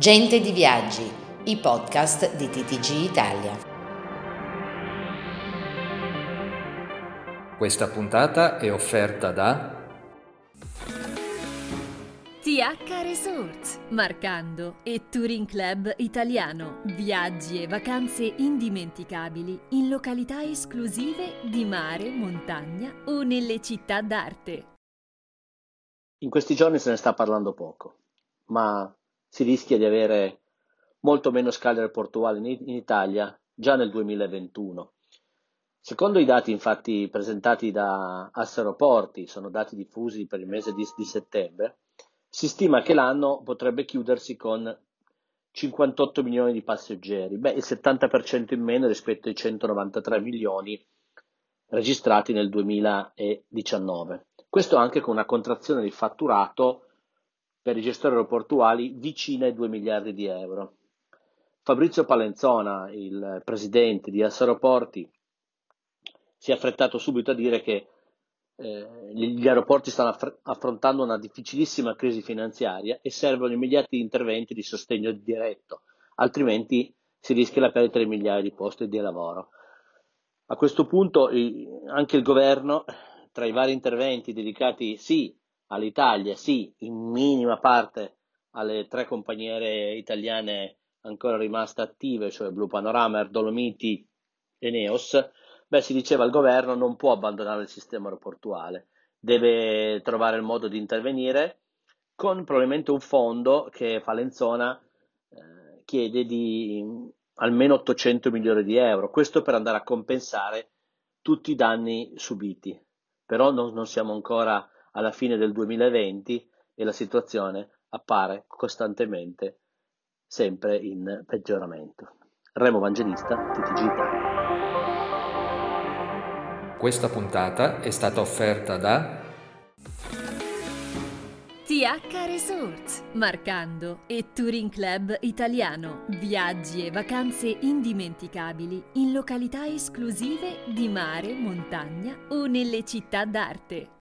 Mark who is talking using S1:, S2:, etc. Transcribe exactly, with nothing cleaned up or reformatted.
S1: Gente di Viaggi, i podcast di T T G Italia.
S2: Questa puntata è offerta da
S3: T H Resorts, Marcando e Touring Club Italiano. Viaggi e vacanze indimenticabili in località esclusive di mare, montagna o nelle città d'arte.
S4: In questi giorni se ne sta parlando poco, ma si rischia di avere molto meno scali aeroportuali in in Italia già nel duemilaventuno. Secondo i dati infatti presentati da Asseroporti, sono dati diffusi per il mese di, di settembre, si stima che l'anno potrebbe chiudersi con cinquantotto milioni di passeggeri, beh, il settanta per cento in meno rispetto ai centonovantatré milioni registrati nel duemiladiciannove. Questo anche con una contrazione di fatturato per i gestori aeroportuali vicina ai due miliardi di euro. Fabrizio Palenzona, il presidente di Asseroporti, si è affrettato subito a dire che eh, gli aeroporti stanno aff- affrontando una difficilissima crisi finanziaria e servono immediati interventi di sostegno diretto, altrimenti si rischia la perdita di migliaia di posti di lavoro. A questo punto i- anche il governo, tra i vari interventi dedicati sì all'Italia, sì in minima parte alle tre compagnie italiane ancora rimaste attive, cioè Blue Panorama, Air Dolomiti e Neos, beh, si diceva il governo non può abbandonare il sistema aeroportuale, deve trovare il modo di intervenire con probabilmente un fondo che Falenzona eh, chiede di almeno ottocento milioni di euro, questo per andare a compensare tutti i danni subiti. Però non, non siamo ancora alla fine del duemilaventi e la situazione appare costantemente sempre in peggioramento. Remo Evangelista, T T G Italia.
S2: Questa puntata è stata offerta da
S3: T H Resorts, Marcando e Touring Club Italiano. Viaggi e vacanze indimenticabili in località esclusive di mare, montagna o nelle città d'arte.